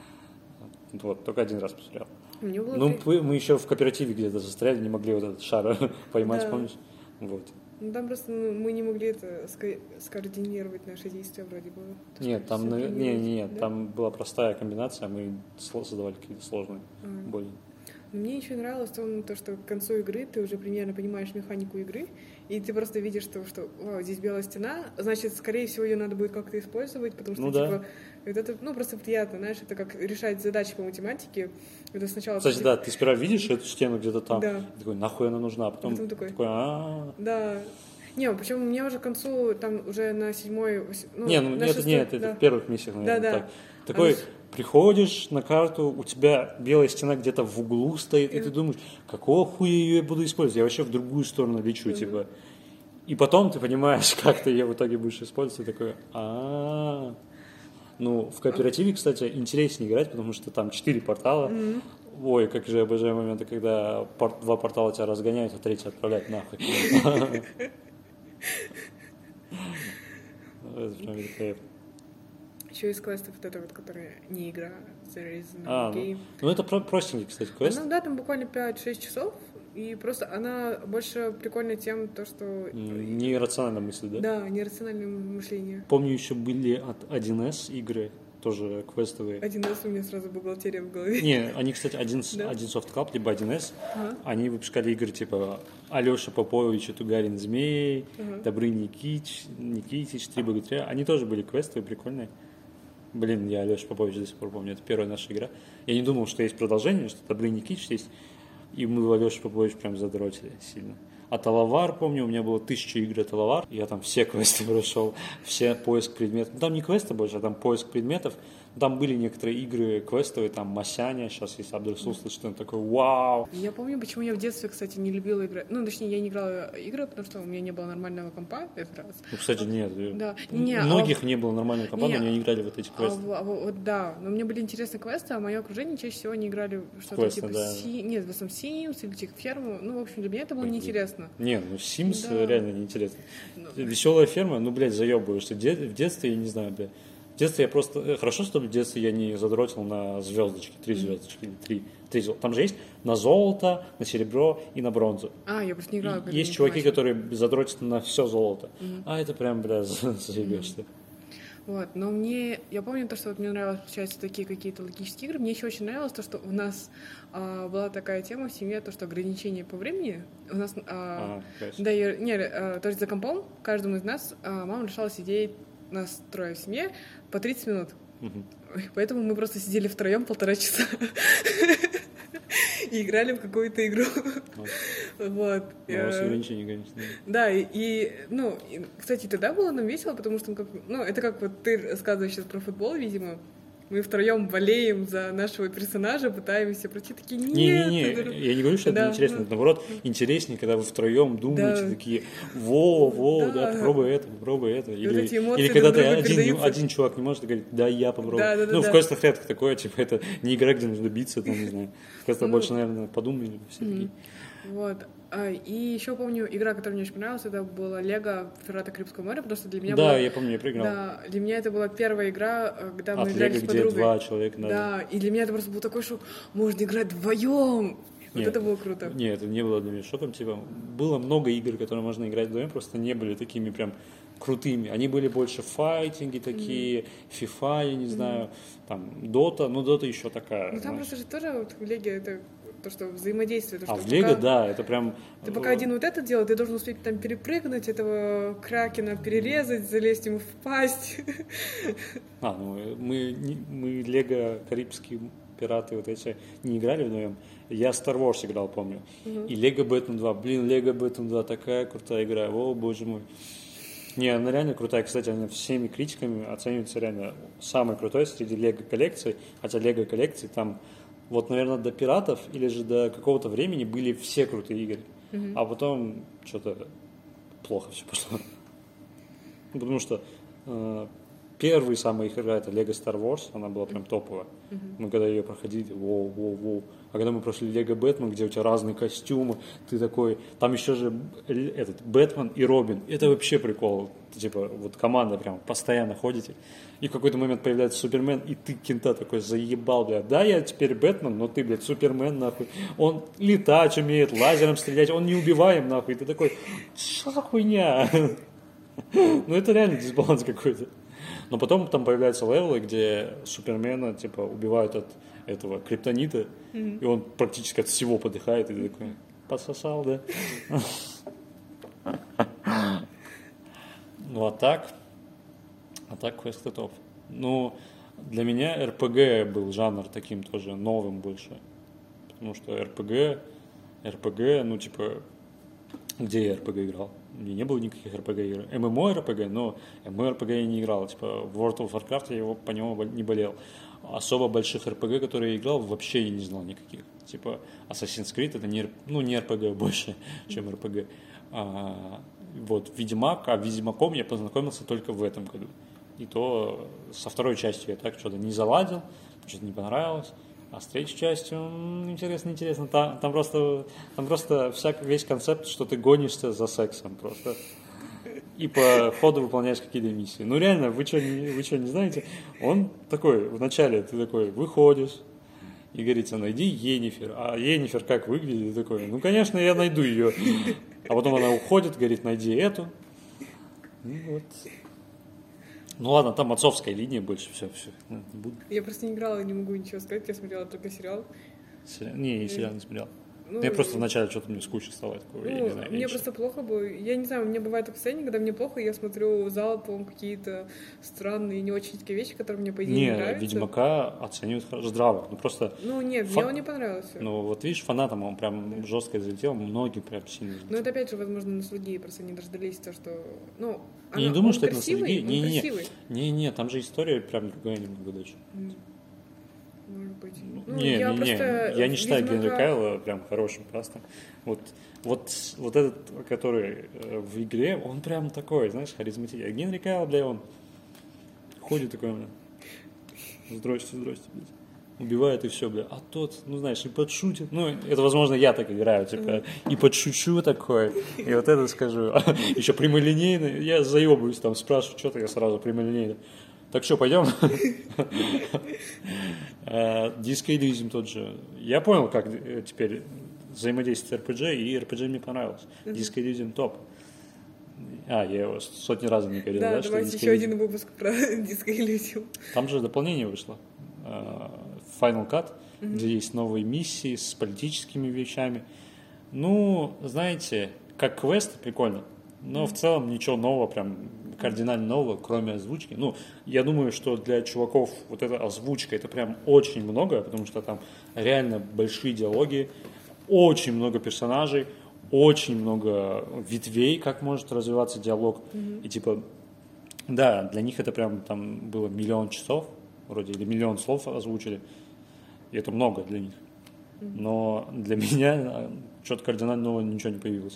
Вот, только один раз посмотрел. Ну, при... мы еще в кооперативе где-то застряли, не могли вот этот шар поймать, да. Помнишь? Вот. Ну, там просто ну, мы не могли это ска- скоординировать наши действия вроде бы. Нет, там, на... не, не, нет, да? Там была простая комбинация, мы создавали какие-то сложные а. боли. Мне еще нравилось то, то, что к концу игры ты уже примерно понимаешь механику игры, и ты просто видишь, что, что вау, здесь белая стена, значит, скорее всего, ее надо будет как-то использовать, потому что, ну, типа, да. это, ну, просто приятно, знаешь, это как решать задачи по математике. Это сначала... Кстати, да, ты сперва видишь эту стену где-то там, да. и такой, нахуй она нужна, а потом, потом такой, такой а да. Не, причем мне уже к концу, там уже на седьмой... Ну, не, ну, на нет, шестой, нет, да. это в первых миссиях, наверное, да, так. да. Такой... Она... Приходишь на карту, у тебя белая стена где-то в углу стоит, и ты думаешь, какого хуя ее я буду использовать? Я вообще в другую сторону лечу, mm-hmm. типа. И потом ты понимаешь, как ты ее в итоге будешь использовать, и такой, а Ну, в кооперативе, кстати, интереснее играть, потому что там четыре портала. Mm-hmm. Ой, как же я обожаю моменты, когда пор- два портала тебя разгоняют, а третий отправляют нахуй. Это прям великолепно. Еще из квестов вот это вот, которая не игра, There is no а, game. Ну, ну это про- простенький, кстати, квест. Ну да, там буквально пять-шесть часов, и просто она больше прикольна тем, то, что... Нерациональная мысль, да? Да, нерациональное мышление. Помню, еще были от один эс игры, тоже квестовые. один эс у меня сразу бухгалтерия в голове. Не, они, кстати, один, да? один Soft Club, либо один эс, ага. Они выпускали игры типа Алеша Попович и Тугарин Змей, ага. Добрый Никитич, Никитич, Три богатыря. Они тоже были квестовые, прикольные. Блин, я Алеша Попович до сих пор помню, это первая наша игра. Я не думал, что есть продолжение, что Добрый Никитич есть, и мы в Алеша Попович прям задротили сильно. А Талавар, помню, у меня было тысяча игр Талавар, я там все квесты прошел, все поиск предметов. Там не квесты больше, а там поиск предметов. Там были некоторые игры квестовые, там Масяня, сейчас есть Абдурсул, что он такой, вау. Я помню, почему я в детстве, кстати, не любила играть. Ну, точнее, я не играла в игры, потому что у меня не было нормального компа этот раз. Ну, кстати, нет. Да. Не, не, многих а... не было нормального компа, не, но они не играли в вот эти квесты. А, а, вот, да, но мне были интересны квесты, а мое окружение чаще всего не играли в что-то квесты, типа да. Си... Нет, в основном Sims или типа ферму. Ну, в общем, для меня это было неинтересно. Не, ну Sims да. реально неинтересно. Ну. Веселая ферма, ну, блядь, заебываешься. В детстве, я не знаю, блядь. В детстве я просто... Хорошо, что в детстве я не задротил на звездочки, три звездочки или три. три. Там же есть на золото, на серебро и на бронзу. А, я просто не играла. И есть чуваки, которые задротят на все золото. Mm-hmm. А это прям, бля, заебешься. Вот, но мне, я помню то, что вот мне нравилось, получается, такие какие-то логические игры. Мне еще очень нравилось то, что у нас а, была такая тема в семье, то, что ограничение по времени. У нас, а, а, да, я, не, а, то есть за компом каждому из нас а, мама решала сидеть, нас трое в семье, по тридцать минут. Угу. Поэтому мы просто сидели втроем полтора часа и играли в какую-то игру. Вот. У вас ограничения, конечно. Да, и, ну, кстати, тогда было нам весело, потому что, ну, это как вот ты рассказываешь сейчас про футбол, видимо. Мы втроем болеем за нашего персонажа, пытаемся пройти, такие, нет. Не-не-не, я не говорю, что это да, неинтересно, да. это, наоборот, интереснее, когда вы втроем думаете, да. такие, во, во, да, да попробуй это, попробуй это. Или, или когда ты один, один чувак не может, говорит, да, я попробую. Да, да, да, ну, да. в квестах редко такое, типа, это не игра, где нужно биться, там, не знаю. В квестах ну, больше, наверное, подумали все mm-hmm. такие. Вот. А, и еще помню, игра, которая мне очень понравилась, это была Лего «Пираты Карибского моря», потому что для меня да, была... я помню, я проиграл. Да, для меня это была первая игра, когда мы а, играли Лего, с подругой. где два человека надо. Да, и для меня это просто был такой шок. Можно играть вдвоем. Вот нет, это было круто. Нет, это не было для меня шоком. Типа, было много игр, которые можно играть вдвоем, просто не были такими прям крутыми. Они были больше файтинги такие, mm-hmm. FIFA, я не знаю, mm-hmm. там, Dota, ну Dota еще такая. Ну там знаешь. просто же тоже вот в Леге это то, что взаимодействие. То, что а в Лего, да, это прям... Ты пока один вот это делал, ты должен успеть там перепрыгнуть, этого кракена перерезать, залезть ему в пасть. А, ну мы, мы Лего, Карибские пираты, вот эти, не играли вдвоем. Я Star Wars играл, помню. Uh-huh. И Лего Бэтмен два. Блин, Лего Бэтмен два, такая крутая игра. О, боже мой. Не, она реально крутая. Кстати, она всеми критиками оценивается реально самой крутой среди Лего коллекций. Хотя Лего коллекции там, вот, наверное, до пиратов или же до какого-то времени были все крутые игры. Uh-huh. А потом что-то плохо все пошло. Потому что э, первая самая их игра это Lego Star Wars, она была прям топовая. Uh-huh. Мы когда ее проходили, воу-воу-воу. А когда мы прошли Лего Бэтмен, где у тебя разные костюмы, ты такой, там еще же этот Бэтмен и Робин. Это вообще прикол. Типа, вот команда прям постоянно ходите. И в какой-то момент появляется Супермен, и ты кента такой заебал, блядь. Да, я теперь Бэтмен, но ты, блядь, Супермен, нахуй. Он летать умеет, лазером стрелять, он не убиваем, нахуй. И ты такой, что за хуйня? Ну, это реально дисбаланс какой-то. Но потом там появляются левелы, где Супермена, типа, убивают от этого криптонита, mm-hmm. и он практически от всего подыхает, и ты такой, пососал, да? Ну, а так, а так квест готов. Ну, для меня эр пи джи был жанр таким тоже новым больше, потому что эр пи джи, эр пи джи, ну, типа, где я эр пи джи играл? У меня не было никаких эр пи джи игр. эм эм о эр пи джи, но эм эм о эр пи джи я не играл. Типа в World of Warcraft я его по нему не болел. Особо больших эр пи джи, которые я играл, вообще я не знал никаких. Типа Assassin's Creed это не, ну, не эр пи джи больше, чем эр пи джи. А, вот Ведьмак, а Ведьмаком я познакомился только в этом году. И то со второй частью я так что-то не заладил, что-то не понравилось. А с третьей частью, интересно, интересно, там, там просто, там просто всяк, весь концепт, что ты гонишься за сексом просто. И по ходу выполняешь какие-то миссии. Ну реально, вы что, не, вы что, не знаете? Он такой, вначале ты такой выходишь и говорится, найди Йеннифер. А Йеннифер как выглядит? И такой, ну конечно, я найду ее. А потом она уходит, говорит, найди эту. Ну вот. Ну ладно, там отцовская линия больше, все, все, не буду. Я просто не играла, не могу ничего сказать, я смотрела только сериал. Сериал? Не, я сериал не смотрел. Ну, я просто вначале что-то мне скучно стало. Такого, ну, я не знаю, мне меньше. просто плохо было. Я не знаю, у меня бывает такое состояние, когда мне плохо, и я смотрю залпом какие-то странные, не очень такие вещи, которые мне, по идее, не, Не, нравятся. Ведьмака оценивают хорошо, здраво. Ну, просто... Ну, нет, Фа- мне он не понравился. Ну, вот видишь, фанатам он прям жестко залетел, многие прям сильно залетели. Но это, опять же, возможно, ностальгии, просто не дождались то, что... Ну, Я не она- думаю, он что это красивый, ностальгия. он Не-не-не. красивый. Не-не, там же история прям другая немного дальше. Может быть. Ну, не, я не, не, просто я не считаю Ведьмака- Генри Кавилла прям хорошим кастом. Вот, вот, вот этот, который э, в игре, он прям такой, знаешь, харизматичный. А Генри Кавилл, бля, он ходит такой, бля, здрасте, здрасте, блядь. Убивает и все, бля. А тот, ну знаешь, и подшутит. Ну, это, возможно, я так играю, типа, и подшучу такое, и вот это скажу. Еще прямолинейно, я заебываюсь там, спрашиваю, что-то, я сразу прямолинейно. Так что, пойдем? Disco Elysium тот же. Я понял, как теперь взаимодействовать с эр пи джи, и эр пи джи мне понравился. Disco Elysium топ. А, я его сотни раз не говорил, Да, да, что давайте Disco еще Elysium. один выпуск про Disco Elysium. Там же дополнение вышло. Final Cut, где есть новые миссии с политическими вещами. Ну, знаете, как квест прикольно, но в целом ничего нового, прям кардинально нового, кроме озвучки. Ну, я думаю, что для чуваков вот эта озвучка, это прям очень много, потому что там реально большие диалоги, очень много персонажей, очень много ветвей, как может развиваться диалог. И типа, да, для них это прям там было миллион часов, вроде, или миллион слов озвучили. И это много для них. Но для меня что-то кардинально нового ничего не появилось.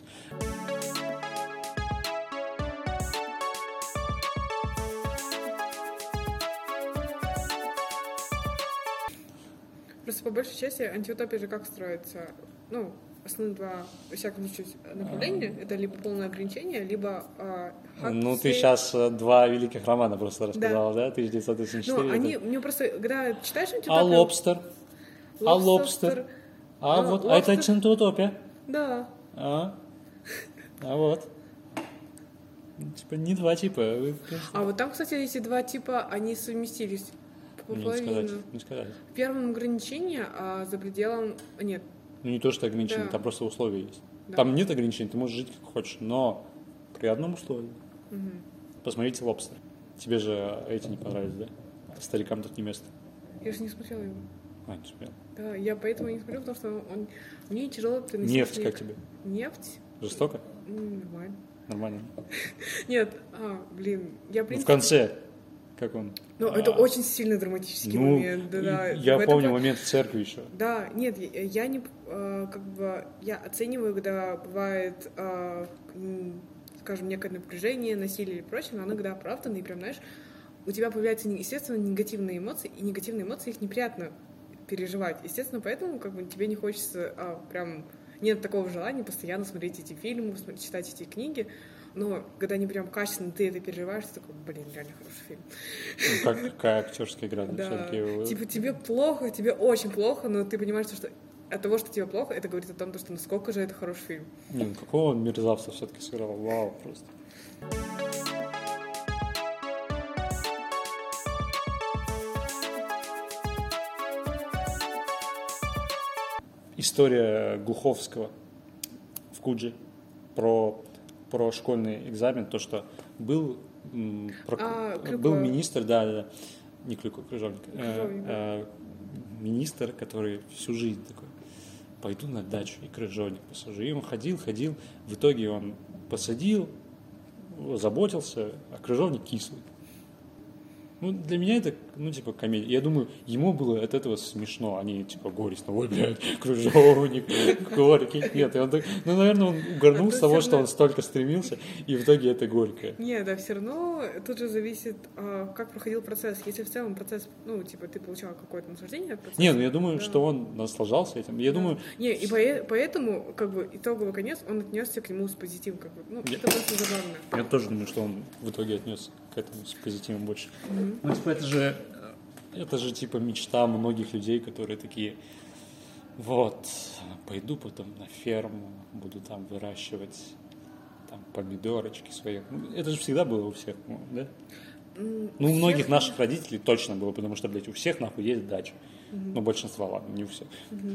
Просто по большей части антиутопия же как строится? Ну, основные два, во всяком случае, направления. Это либо полное ограничение, либо э, хак Ну, ты всей- сейчас э, два великих романа просто рассказала, да? тысяча девятьсот восемьдесят четыре. Ну, это- они, мне просто, когда читаешь антиутопию... А лобстер? А Лобстер- лобстер? А Ну, вот, а это лобстер- антиутопия. Да. А? А вот. Типа не два типа. вы, конечно, А вот там, кстати, эти два типа, они совместились Не половину. сказать, не сказать. В первом ограничение, а за пределом... Нет. Ну не то, что ограничения, Да. там просто условия есть. Да. Там нет ограничений, ты можешь жить как хочешь, но при одном условии. Посмотрите лобстер. Тебе же эти не понравились, да? Старикам тут не место. Я же не смотрела его. А, не смотрел. Да, я поэтому не смотрю, потому что он... мне тяжело переносить. Нефть снег. как тебе? Нефть? Жестоко? М, Нормально. Нормально. Нет, а, блин, я, в Ну, в принципе... конце, как он? Ну, это очень сильно драматический Ну, момент, да, да. и- я В этом помню пла- момент в церкви еще. Да, нет, я, я не, э, как бы, я оцениваю, когда бывает, э, м, скажем, некое напряжение, насилие или прочее, но оно когда оправдано, и прям, знаешь, у тебя появляются, не- естественно, негативные эмоции, и негативные эмоции, их неприятно переживать. Естественно, поэтому, как бы, тебе не хочется, а, прям, нет такого желания постоянно смотреть эти фильмы, смотреть, читать эти книги, но когда они прям качественно, ты это переживаешь, ты такой, блин, реально хороший фильм. Ну, как, какая актерская игра, Да, все-таки. типа тебе плохо, тебе очень плохо, но ты понимаешь, что от того, что тебе плохо, это говорит о том, что насколько же это хороший фильм. Не, ну какого он мерзавца все-таки сыграл? Вау, просто. История Глуховского в Кудже про, про школьный экзамен, то, что был, м, про- А, Клюква. был министр, да, да, да, не Клюква, Крыжовник, э, Крыжовник, да. э, министр, который всю жизнь такой, пойду на дачу, и крыжовник посажу. И он ходил, ходил, в итоге он посадил, заботился, а крыжовник кислый. Ну, для меня это, ну, типа, комедия. Я думаю, ему было от этого смешно, а не, типа, горестно. Ой, блядь, крыжовник, горький. Нет, и он так, ну, наверное, он угорнул А то с того, всё что равно- он столько стремился, и в итоге это горькое. Не, да, все равно тут же зависит, а, как проходил процесс. Если в целом процесс, ну, типа, ты получал какое-то наслаждение от процесса. Не, ну, я думаю, да. что он наслаждался этим. Я Да. думаю, Не, и пое- поэтому, как бы, итоговый конец, он отнесся к нему с позитивом, как бы, ну, Я- это просто забавно. я тоже думаю, что он в итоге отнес к этому с позитивом больше. Ну, типа, это же, это же, типа, мечта многих людей, которые такие, вот, пойду потом на ферму, буду там выращивать там помидорочки свои. Ну, это же всегда было у всех, ну, да? М, Ну, у всех- многих наших родителей точно было, потому что, блядь, у всех, нахуй, есть дача. Ну, большинства, ладно, не у всех.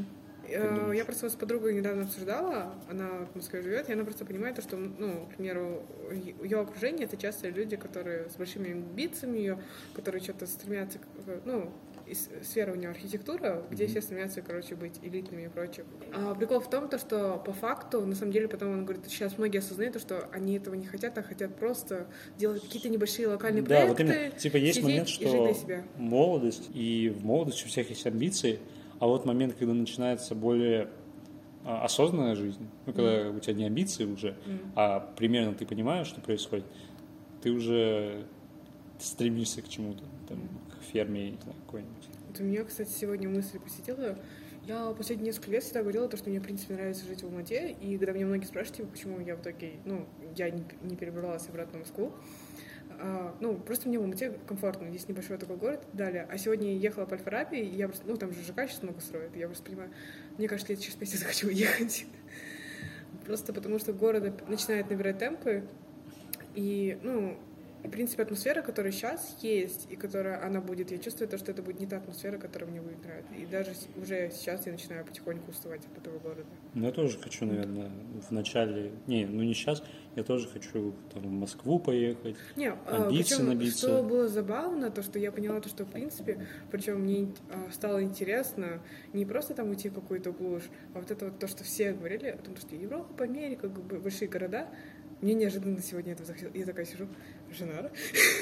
Э, Я просто с подругой недавно обсуждала, она в Москве живет, и она просто понимает, то, что, ну, к примеру, ее окружение — это часто люди, которые с большими амбициями, ее, которые что-то стремятся, к- ну, из сфера у нее архитектура, где все стремятся, короче, быть элитными и прочее. А прикол в том, то, что по факту, на самом деле, потом он говорит, сейчас многие осознают, то, что они этого не хотят, а хотят просто делать какие-то небольшие локальные Да, проекты. вот именно, типа, есть момент, сидеть и жить что для себя. молодость, и в молодости у всех есть амбиции, а вот момент, когда начинается более а, осознанная жизнь, ну, когда Mm. у тебя не амбиции уже, Mm. а примерно ты понимаешь, что происходит, ты уже стремишься к чему-то, там, к ферме, не знаю, какой-нибудь. Вот у меня, кстати, сегодня мысль посетила. Я последние несколько лет всегда говорила, то, что мне, в принципе, нравится жить в Алмате, и когда меня многие спрашивают, типа, почему я в итоге, ну, я не, не перебралась обратно в Москву, а, ну, просто мне в Алмате комфортно, здесь небольшой такой город, далее. А сегодня я ехала по Альфараби, и я просто, ну, там же ЖК сейчас много строят, я просто понимаю, мне кажется, лет через пять я захочу уехать. Просто потому что город начинает набирать темпы, и, ну, в принципе, атмосфера, которая сейчас есть, и которая она будет, я чувствую то, что это будет не та атмосфера, которая мне будет нравиться. И даже с- уже сейчас я начинаю потихоньку уставать от этого города. Ну, я тоже хочу, наверное, в начале, не, ну не сейчас, я тоже хочу там, в Москву поехать, Не, амбиции причем, набиться. что было забавно, то, что я поняла, то, что, в принципе, причем мне а, стало интересно не просто там уйти в какую-то глушь, а вот это вот то, что все говорили о том, что Европа, Америка, как бы большие города. Мне неожиданно сегодня это захотелось. Я такая сижу, жена.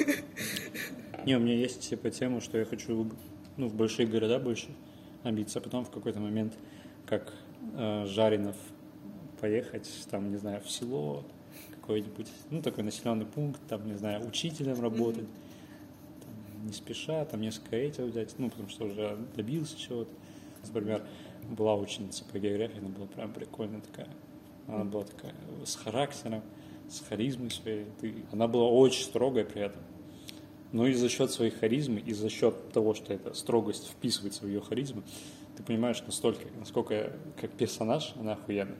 Не, у меня есть типа тема, что я хочу, ну, в большие города больше амбиции, а потом в какой-то момент, как э, Жаринов, поехать, там, не знаю, в село какой-нибудь, ну, такой населенный пункт, там, не знаю, учителем работать, там, не спеша, там, несколько этих взять, ну, потому что уже добился чего-то. Например, была ученица по географии, она была прям прикольная такая, она была такая с характером, с харизмой своей, ты- она была очень строгая при этом. Но и за счет своей харизмы, и за счет того, что эта строгость вписывается в ее харизму, ты понимаешь настолько, насколько как персонаж она охуенная.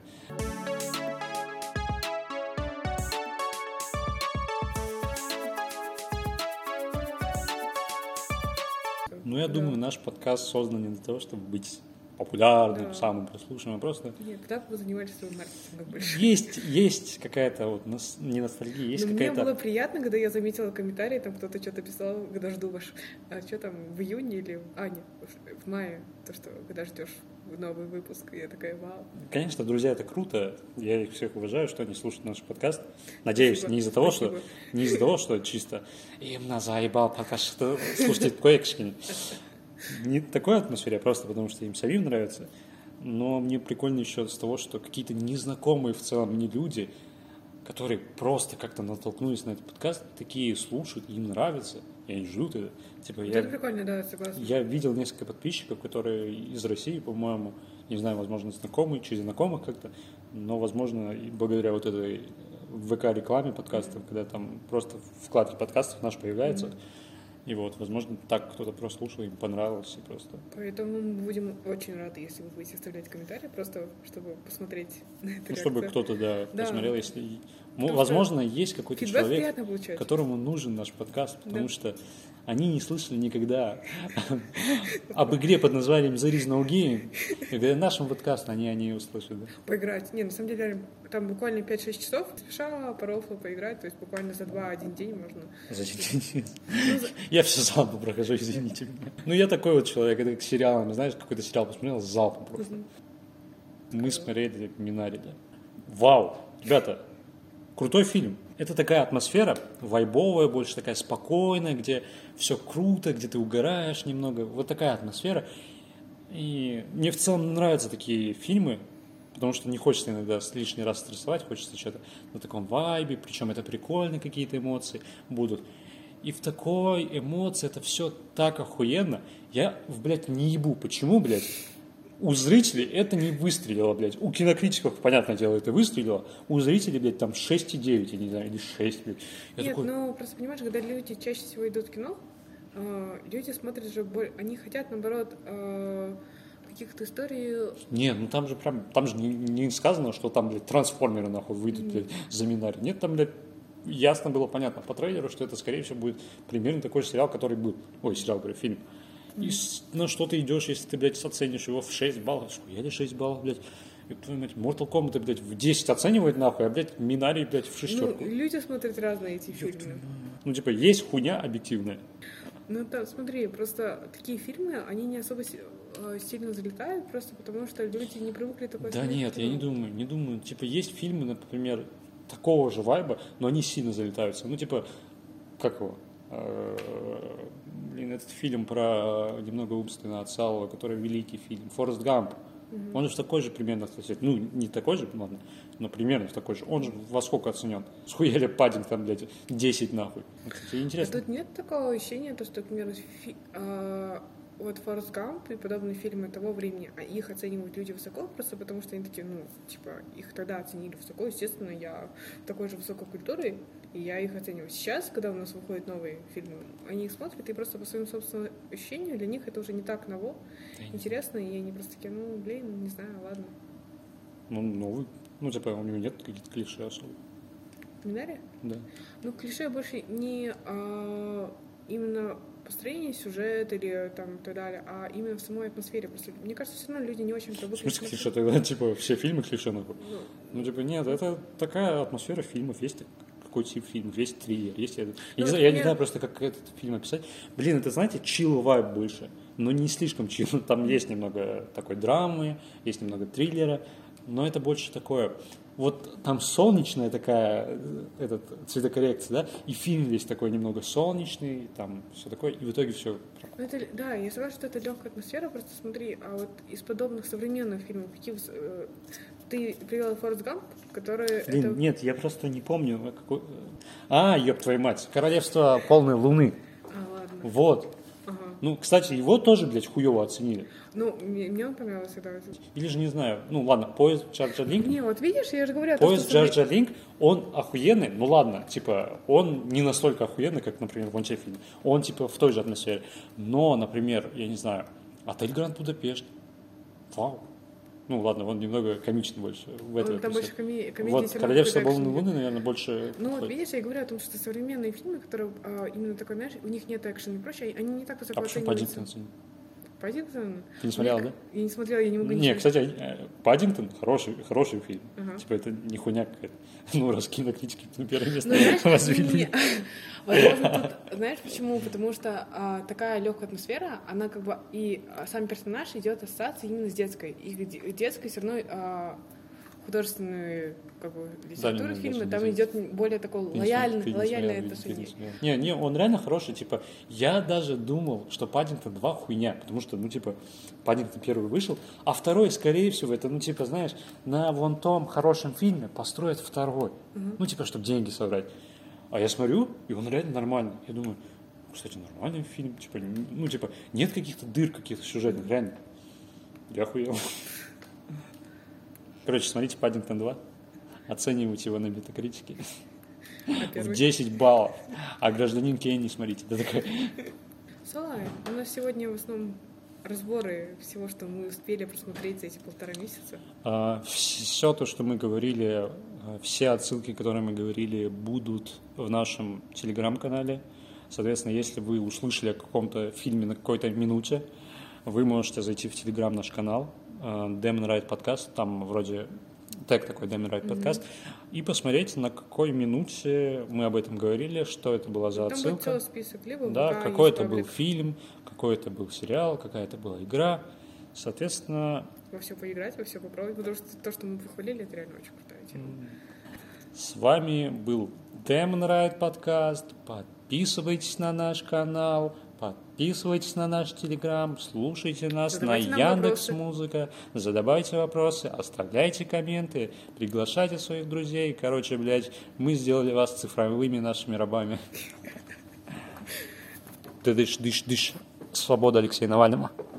Ну, я Да. думаю, наш подкаст создан не для того, чтобы быть популярным, Да. самым прослушанным, а просто Нет, тогда бы вы занимались своим маркетингом больше. есть, есть какая-то вот, нос- не ностальгия, есть Но мне какая-то... было приятно, когда я заметила комментарии, там кто-то что-то писал, когда жду ваш... А что там, в июне или... А, нет, в- в мае, то, что когда ждешь новый выпуск, и я такая, вау. Конечно, друзья, это круто. Я их всех уважаю, что они слушают наш подкаст. Надеюсь, Спасибо. не из-за того, что Спасибо. не из-за того, что чисто им на заебал пока что слушать коекшкин. Не такой атмосфере, а просто потому что им самим нравится. Но мне прикольно еще с того, что какие-то незнакомые в целом мне люди, которые просто как-то натолкнулись на этот подкаст, такие слушают, им нравится, и они ждут это. Типа, Вот я, это прикольно, да, согласна. я видел несколько подписчиков, которые из России, по-моему, не знаю, возможно, знакомые, через знакомых как-то, но, возможно, и благодаря вот этой ВК-рекламе подкастов, когда там просто вкладки подкастов наш появляется, и вот, возможно, так кто-то прослушал, им понравилось, и просто... Поэтому мы будем очень рады, если вы будете оставлять комментарии, просто чтобы посмотреть на эту Ну, чтобы реакцию. кто-то, да, Да. посмотрел, если... М- Потому Возможно, есть какой-то Фидбэк человек, приятно получать. которому нужен наш подкаст, потому Да. что они не слышали никогда об игре под названием There is no game. И благодаря нашему подкасту они о ней услышали. Да? Поиграть. Не, на самом деле, там буквально пять-шесть часов спеша по рофлу поиграть, то есть буквально за два-один день можно. Зачем? Ну, за- Я все залпом прохожу, извините меня. Ну, я такой вот человек, это как с сериалами, знаешь, какой-то сериал посмотрел, залпом просто. Мы смотрели Минари, да. Вау! Ребята, крутой фильм. Это такая атмосфера, вайбовая, больше такая спокойная, где все круто, где ты угораешь немного. Вот такая атмосфера. И мне в целом нравятся такие фильмы, потому что не хочется иногда лишний раз стрессовать, хочется что-то на таком вайбе, причем это прикольно, какие-то эмоции будут. И в такой эмоции это все так охуенно. Я, блядь, не ебу. Почему, блядь? У зрителей это не выстрелило, блядь. У кинокритиков, понятное дело, это выстрелило. У зрителей, блядь, там шесть и девять, я не знаю, или шесть, блядь. Я Нет, такой, ну просто понимаешь, когда люди чаще всего идут в кино, э, люди смотрят же, боль- они хотят, наоборот, э, каких-то историй. не, ну там же прям, там же не, не сказано, что там, блядь, трансформеры, нахуй, выйдут, блядь, за Минари. Нет, там, блядь, ясно было понятно по трейлеру, что это, скорее всего, будет примерно такой же сериал, который был. Ой, сериал, говорю, фильм. И с- на что ты идешь, если ты, блядь, оценишь его в шесть баллов? Хуяли шесть баллов, блядь. И твою мать, Mortal Kombat, блядь, в десять оценивает нахуй, а, блядь, Минари, блядь, в Ну, шестерку. люди смотрят разные эти фильмы. Ну, типа, есть хуйня объективная. Ну, да, смотри, просто такие фильмы, они не особо си- э, сильно залетают, просто потому что люди не привыкли такое Да смотреть нет, я кино. не думаю, не думаю. Типа, есть фильмы, например, такого же вайба, но они сильно залетаются. Ну, типа, как его? Э, Блин, этот фильм про немного умственно отсталого, который великий фильм. Форест Гамп. Он же в такой же примерно, кстати, ну, не такой же, ладно, но примерно в такой же. Он же во сколько оценен? Схуяли Паддингтон, блядь, десять нахуй. Ну, кстати, А интересно. тут нет такого ощущения, то, что, к примеру, фи- а, вот Форест Гамп и подобные фильмы того времени, а их оценивают люди высоко, просто потому что они такие, ну, типа, их тогда оценили высоко, естественно, я такой же высокой культуры, и я их оцениваю. Сейчас, когда у нас выходят новые фильмы, они их смотрят, и просто по своим собственным ощущениям для них это уже не так ново, интересно, и они просто такие, ну, блин, не знаю, ладно. Ну, новый. Ну, типа, у него нет каких-то клише особо. Минари? Да. Ну, клише больше не а, именно построение сюжета или там и так далее, а именно в самой атмосфере. Просто, мне кажется, все равно люди не очень В привыкли. смысле смотреть. клише тогда? Типа, все фильмы клише нахуй. Ну, Ну, типа, нет, это такая атмосфера фильмов. Есть какой тип фильмов, есть триллер, есть этот. Я, Ну, не знаю, я не нет. знаю просто, как этот фильм описать. Блин, это, знаете, chill вайб больше, но не слишком chill. Там есть немного такой драмы, есть немного триллера, но это больше такое... Вот там солнечная такая, э, этот, цветокоррекция, да, и фильм весь такой немного солнечный, там все такое, и в итоге все. ну, это, да, я согласна, что это легкая атмосфера, просто смотри, а вот из подобных современных фильмов, какие выс- э, ты привел Форест Гамп, который... Блин, это... нет, я просто не помню, а какой... А, ёб твою мать, «Королевство полной луны». А, ладно. Вот. Ага. Ну, кстати, его тоже, блядь, хуёво оценили. Ну, мне, мне он понравился, да. Или же не знаю. Ну, ладно, поезд Джар-Джар Линк. Не, вот видишь, я же говорю о том, Поезд что... смотри- Джар-Джар Линк, он охуенный, ну ладно, типа, он не настолько охуенный, как, например, вон те фильмы. Он, типа, в той же атмосфере. Но, например, я не знаю, «Отель Гранд Будапешт». Вау. Ну, ладно, он немного комичный больше. В этой Он там атмосфере. больше коми- комедии, Вот всё равно «Королевство какой-то полной экшен луны», есть. наверное, больше... Ну вот подходит. видишь, я говорю о том, что современные фильмы, которые а, именно такой, знаешь, у них нет экшена и прочее, они не так высоко А почему оцениваются. Паддингтон оценил? Паддингтон? Ты не смотрела, Мне- да? Я не смотрела, я не могу Не, ничего- кстати, э, Паддингтон хороший, хороший фильм. Ага. Типа это не хуйня какая-то. Ну, раз кинокритики на первое место Ну, знаешь, возвели. не- возможно, тут, знаешь почему? Потому что а, такая легкая атмосфера, она как бы, и а, сам персонаж идет ассоциация именно с детской. И де- детской все равно а, художественные как бы, литературы да, фильма, да, там да, идет более такое Ты не лояльное, смотрел, ты не лояльное смотрел, ты не отношение. смотрел. Не, не, он реально хороший, типа, я даже думал, что Паддингтон два хуйня, потому что, ну, типа, Паддингтон первый вышел, а второй, скорее всего, это, ну, типа, знаешь, на вон том хорошем фильме построят второй, ну, типа, чтобы деньги собрать. А я смотрю, и он реально нормальный. Я думаю, кстати, нормальный фильм, типа, ну, типа, нет каких-то дыр каких-то сюжетных, реально. Я охуел. Короче, смотрите Паддингтон два, оценивайте его на метакритике А в первый? десять баллов, а гражданин Кейн не смотрите. Да такая... Солай, у нас сегодня в основном разборы всего, что мы успели просмотреть за эти полтора месяца. Все то, что мы говорили, а, все отсылки, которые мы говорили, будут в нашем телеграм-канале. Соответственно, если вы услышали о каком-то фильме на какой-то минуте, вы можете зайти в телеграм наш канал, Demon Ride Podcast, там вроде тег такой Demon Ride Podcast, и посмотреть, на какой минуте мы об этом говорили, что это была за Там будет отсылка. целый список, либо Да, ВК, какой это есть был паблик. фильм, какой это был сериал, какая это была игра. Соответственно, Во все поиграть, во все попробовать, потому что то, что мы похвалили, это реально очень крутая тема. с вами был Demon Ride Podcast. Подписывайтесь на наш канал, подписывайтесь на наш телеграм, слушайте нас Задавайте на нам Яндекс вопросы. Музыка, задавайте вопросы, оставляйте комменты, приглашайте своих друзей. Короче, блядь, мы сделали вас цифровыми нашими рабами. Ты дышь, дышь, дышь. Свобода Алексея Навального.